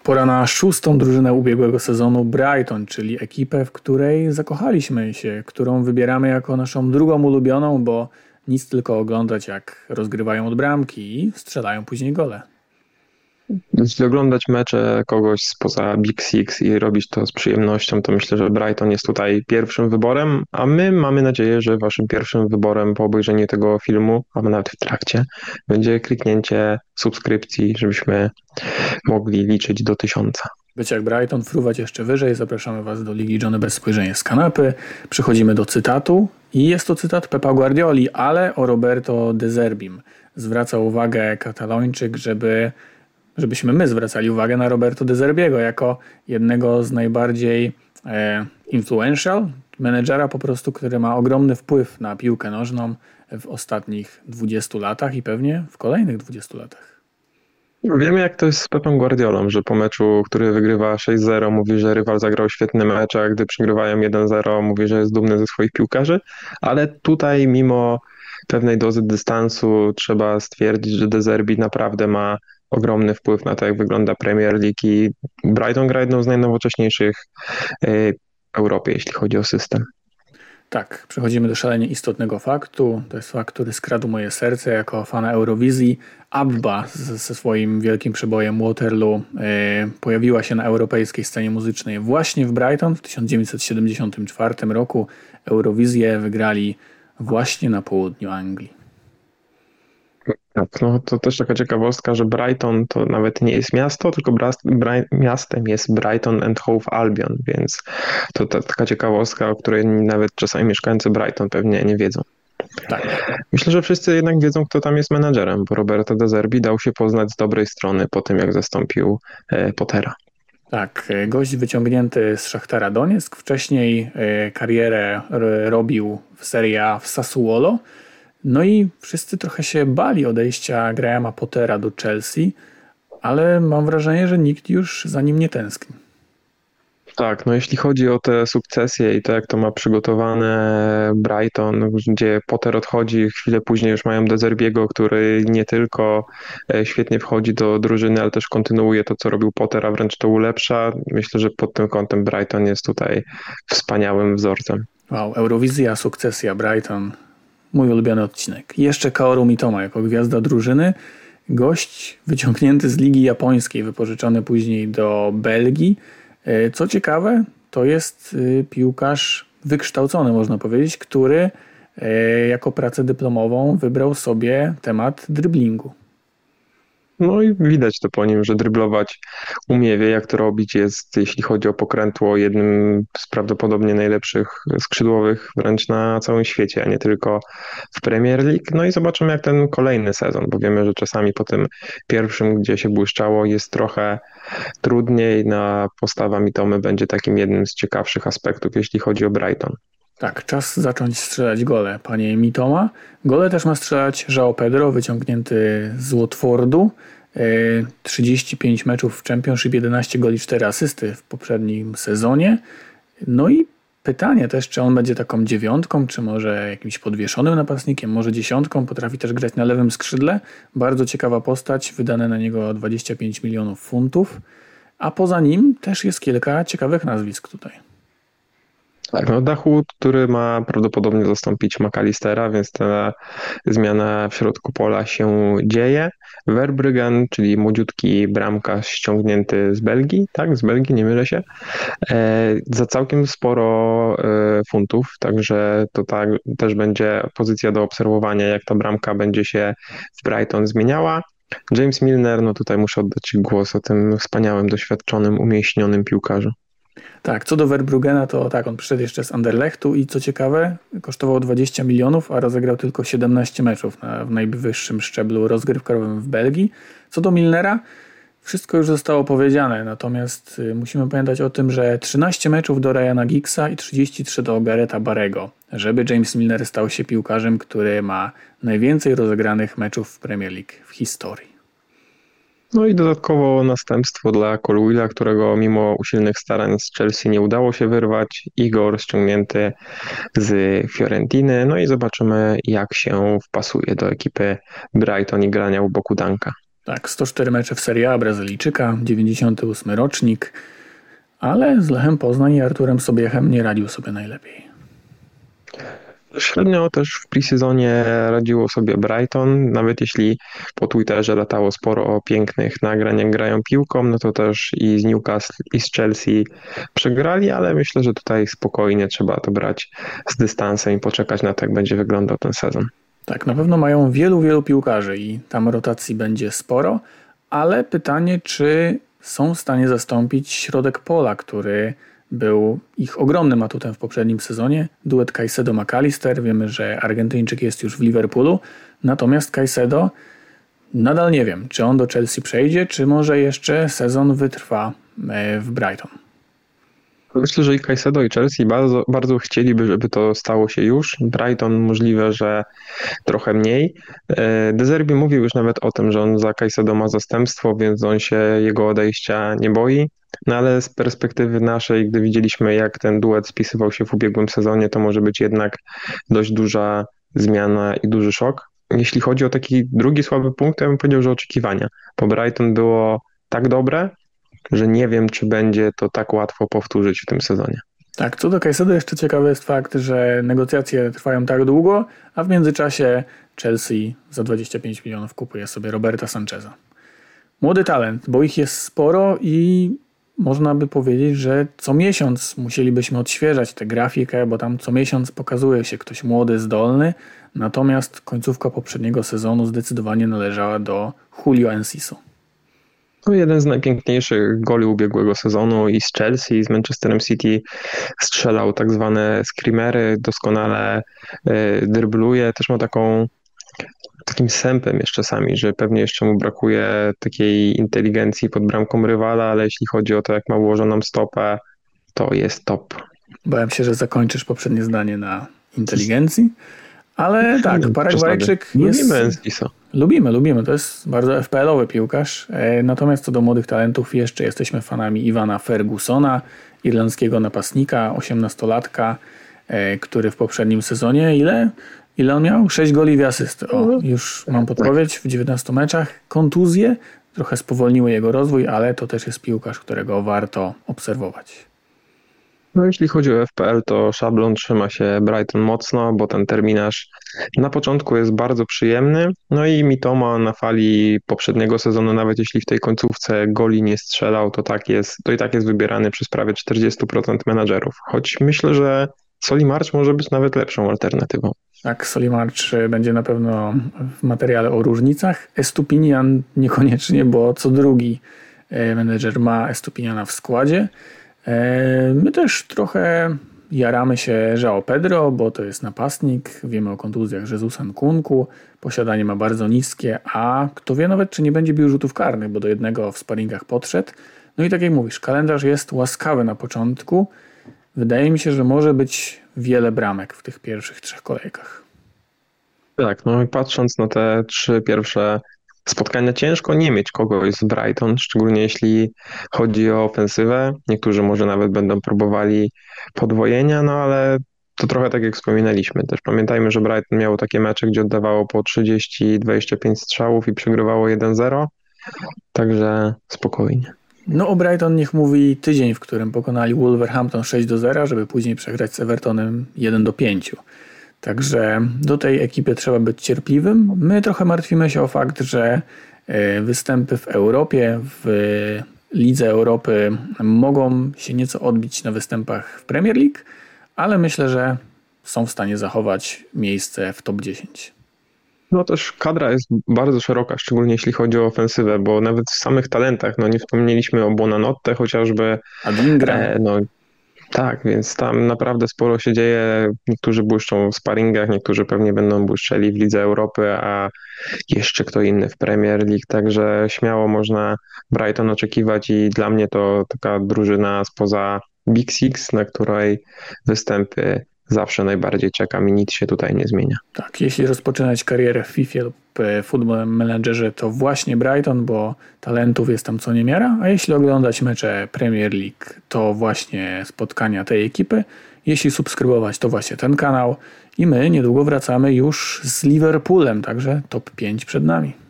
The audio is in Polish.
Pora na szóstą drużynę ubiegłego sezonu Brighton, czyli ekipę, w której zakochaliśmy się, którą wybieramy jako naszą drugą ulubioną, bo nic tylko oglądać, jak rozgrywają od bramki i strzelają później gole. Jeśli oglądać mecze kogoś spoza Big Six i robić to z przyjemnością, to myślę, że Brighton jest tutaj pierwszym wyborem, a my mamy nadzieję, że waszym pierwszym wyborem po obejrzeniu tego filmu, a nawet w trakcie, będzie kliknięcie subskrypcji, żebyśmy mogli liczyć do 1000. Być jak Brighton, fruwać jeszcze wyżej, zapraszamy Was do Ligi Johnny bez spojrzenia z kanapy. Przechodzimy do cytatu i jest to cytat Pepa Guardioli, ale o Roberto De Zerbim. Zwraca uwagę Katalończyk, żebyśmy my zwracali uwagę na Roberto De Zerbiego jako jednego z najbardziej influential menedżera po prostu, który ma ogromny wpływ na piłkę nożną w ostatnich 20 latach i pewnie w kolejnych 20 latach. Wiemy, jak to jest z Pepem Guardiolą, że po meczu, który wygrywa 6-0, mówi, że rywal zagrał świetny mecz, a gdy przegrywają 1-0, mówi, że jest dumny ze swoich piłkarzy, ale tutaj mimo pewnej dozy dystansu trzeba stwierdzić, że De Zerbi naprawdę ma ogromny wpływ na to, jak wygląda Premier League i Brighton gra jedną z najnowocześniejszych w Europie, jeśli chodzi o system. Tak, przechodzimy do szalenie istotnego faktu. To jest fakt, który skradł moje serce jako fana Eurowizji. ABBA ze swoim wielkim przebojem Waterloo pojawiła się na europejskiej scenie muzycznej właśnie w Brighton w 1974 roku. Eurowizję wygrali właśnie na południu Anglii. Tak, no to też taka ciekawostka, że Brighton to nawet nie jest miasto, tylko miastem jest Brighton and Hove Albion, więc to taka ciekawostka, o której nawet czasami mieszkańcy Brighton pewnie nie wiedzą. Tak. Myślę, że wszyscy jednak wiedzą, kto tam jest menadżerem, bo Roberto De Zerbi dał się poznać z dobrej strony po tym, jak zastąpił Pottera. Tak, gość wyciągnięty z Szachtara Donieck, wcześniej karierę robił w Serie A w Sassuolo. No i wszyscy trochę się bali odejścia Grahama Pottera do Chelsea, ale mam wrażenie, że nikt już za nim nie tęskni. Tak, no jeśli chodzi o te sukcesje i to, jak to ma przygotowane Brighton, gdzie Potter odchodzi, chwilę później już mają De Zerbiego, który nie tylko świetnie wchodzi do drużyny, ale też kontynuuje to, co robił Potter, a wręcz to ulepsza. Myślę, że pod tym kątem Brighton jest tutaj wspaniałym wzorcem. Wow, Eurowizja, sukcesja, Brighton. Mój ulubiony odcinek. Jeszcze Kaoru Mitoma jako gwiazda drużyny. Gość wyciągnięty z Ligi Japońskiej, wypożyczony później do Belgii. Co ciekawe, to jest piłkarz wykształcony, można powiedzieć, który jako pracę dyplomową wybrał sobie temat driblingu. No i widać to po nim, że dryblować umie, wie jak to robić. Jest, jeśli chodzi o pokrętło, jednym z prawdopodobnie najlepszych skrzydłowych wręcz na całym świecie, a nie tylko w Premier League. No i zobaczymy jak ten kolejny sezon, bo wiemy, że czasami po tym pierwszym, gdzie się błyszczało, jest trochę trudniej. Na postawa Mitomy będzie takim jednym z ciekawszych aspektów, jeśli chodzi o Brighton. Tak, czas zacząć strzelać gole, panie Mitoma. Gole też ma strzelać João Pedro, wyciągnięty z Watfordu. 35 meczów w Championship, 11 goli, 4 asysty w poprzednim sezonie. No i pytanie też, czy on będzie taką dziewiątką, czy może jakimś podwieszonym napastnikiem, może dziesiątką. Potrafi też grać na lewym skrzydle. Bardzo ciekawa postać, wydane na niego 25 milionów funtów. A poza nim też jest kilka ciekawych nazwisk tutaj. Tak, no Dachu, który ma prawdopodobnie zastąpić McAllistera, więc ta zmiana w środku pola się dzieje. Verbruggen, czyli młodziutki bramkarz ściągnięty z Belgii, tak, z Belgii, nie mylę się, za całkiem sporo funtów, także to tak, też będzie pozycja do obserwowania, jak ta bramka będzie się w Brighton zmieniała. James Milner, no tutaj muszę oddać Ci głos o tym wspaniałym, doświadczonym, umieśnionym piłkarzu. Tak, co do Verbruggena, to tak, on przyszedł jeszcze z Anderlechtu i co ciekawe, kosztował 20 milionów, a rozegrał tylko 17 meczów w najwyższym szczeblu rozgrywkowym w Belgii. Co do Milnera, wszystko już zostało powiedziane, natomiast musimy pamiętać o tym, że 13 meczów do Ryana Giggsa i 33 do Garetha Barrego, żeby James Milner stał się piłkarzem, który ma najwięcej rozegranych meczów w Premier League w historii. No i dodatkowo następstwo dla Colwilla, którego mimo usilnych starań z Chelsea nie udało się wyrwać. Igor ściągnięty z Fiorentiny. No i zobaczymy, jak się wpasuje do ekipy Brighton i grania u boku Dunka. Tak, 104 mecze w Serie A Brazylijczyka, 98 rocznik, ale z Lechem Poznań i Arturem Sobiechem nie radził sobie najlepiej. Średnio też w pre-sezonie radziło sobie Brighton, nawet jeśli po Twitterze latało sporo pięknych nagrań, jak grają piłką, no to też i z Newcastle, i z Chelsea przegrali, ale myślę, że tutaj spokojnie trzeba to brać z dystansem i poczekać na to, jak będzie wyglądał ten sezon. Tak, na pewno mają wielu piłkarzy i tam rotacji będzie sporo, ale pytanie, czy są w stanie zastąpić środek pola, który był ich ogromnym atutem w poprzednim sezonie. Duet Caicedo-McAllister. Wiemy, że Argentyńczyk jest już w Liverpoolu, natomiast Caicedo nadal nie wiem, czy on do Chelsea przejdzie, czy może jeszcze sezon wytrwa w Brighton. Myślę, że i Caicedo, i Chelsea bardzo chcieliby, żeby to stało się już. Brighton możliwe, że trochę mniej. De Zerbi mówił już nawet o tym, że on za Caicedo ma zastępstwo, więc on się jego odejścia nie boi. No ale z perspektywy naszej, gdy widzieliśmy, jak ten duet spisywał się w ubiegłym sezonie, to może być jednak dość duża zmiana i duży szok. Jeśli chodzi o taki drugi słaby punkt, to ja bym powiedział, że oczekiwania. Bo Brighton było tak dobre, że nie wiem, czy będzie to tak łatwo powtórzyć w tym sezonie. Tak, co do Caicedo jeszcze ciekawy jest fakt, że negocjacje trwają tak długo, a w międzyczasie Chelsea za 25 milionów kupuje sobie Roberta Sancheza. Młody talent, bo ich jest sporo i można by powiedzieć, że co miesiąc musielibyśmy odświeżać tę grafikę, bo tam co miesiąc pokazuje się ktoś młody, zdolny, natomiast końcówka poprzedniego sezonu zdecydowanie należała do Julio Enciso. No, jeden z najpiękniejszych goli ubiegłego sezonu i z Chelsea, i z Manchesterem City strzelał tak zwane screamery, doskonale drybluje, też ma takim sępem jeszcze czasami, że pewnie jeszcze mu brakuje takiej inteligencji pod bramką rywala, ale jeśli chodzi o to, jak ma ułożoną stopę, to jest top. Bałem się, że zakończysz poprzednie zdanie na inteligencji, ale tak, Paragwajczyk jest... Lubimy Enciso. Lubimy, to jest bardzo FPL-owy piłkarz, natomiast co do młodych talentów jeszcze jesteśmy fanami Ivana Fergusona, irlandzkiego napastnika, 18-latka, który w poprzednim sezonie ile on miał? 6 goli i asysty. Już mam podpowiedź, w 19 meczach. Kontuzje trochę spowolniły jego rozwój, ale to też jest piłkarz, którego warto obserwować. No jeśli chodzi o FPL, to szablon trzyma się Brighton mocno, bo ten terminarz na początku jest bardzo przyjemny. No i Mitoma na fali poprzedniego sezonu, nawet jeśli w tej końcówce goli nie strzelał, to i tak jest wybierany przez prawie 40% menadżerów. Choć myślę, że Solly March może być nawet lepszą alternatywą. Tak, Solly March będzie na pewno w materiale o różnicach. Estupinian niekoniecznie, bo co drugi menedżer ma Estupiniana w składzie. My też trochę jaramy się João Pedro, bo to jest napastnik. Wiemy o kontuzjach Jesusa Nkunku. Posiadanie ma bardzo niskie, a kto wie nawet, czy nie będzie bił rzutów karnych, bo do jednego w sparingach podszedł. No i tak jak mówisz, kalendarz jest łaskawy na początku. Wydaje mi się, że może być wiele bramek w tych pierwszych 3 kolejkach. Tak, no i patrząc na te 3 pierwsze spotkania, ciężko nie mieć kogoś z Brighton, szczególnie jeśli chodzi o ofensywę. Niektórzy może nawet będą próbowali podwojenia, no ale to trochę tak jak wspominaliśmy. Też pamiętajmy, że Brighton miało takie mecze, gdzie oddawało po 30-25 strzałów i przegrywało 1-0, także spokojnie. No o Brighton niech mówi tydzień, w którym pokonali Wolverhampton 6-0, żeby później przegrać z Evertonem 1-5. Także do tej ekipy trzeba być cierpliwym. My trochę martwimy się o fakt, że występy w Europie, w Lidze Europy mogą się nieco odbić na występach w Premier League, ale myślę, że są w stanie zachować miejsce w top 10. No też kadra jest bardzo szeroka, szczególnie jeśli chodzi o ofensywę, bo nawet w samych talentach, no nie wspomnieliśmy o Bonanotte chociażby. Adingra. Tak, więc tam naprawdę sporo się dzieje. Niektórzy błyszczą w sparingach, niektórzy pewnie będą błyszczeli w Lidze Europy, a jeszcze kto inny w Premier League, także śmiało można Brighton oczekiwać i dla mnie to taka drużyna spoza Big Six, na której występy zawsze najbardziej czekam i nic się tutaj nie zmienia. Tak, jeśli rozpoczynać karierę w FIFA lub Football Managerze, to właśnie Brighton, bo talentów jest tam co niemiara, a jeśli oglądać mecze Premier League, to właśnie spotkania tej ekipy. Jeśli subskrybować, to właśnie ten kanał i my niedługo wracamy już z Liverpoolem, także top 5 przed nami.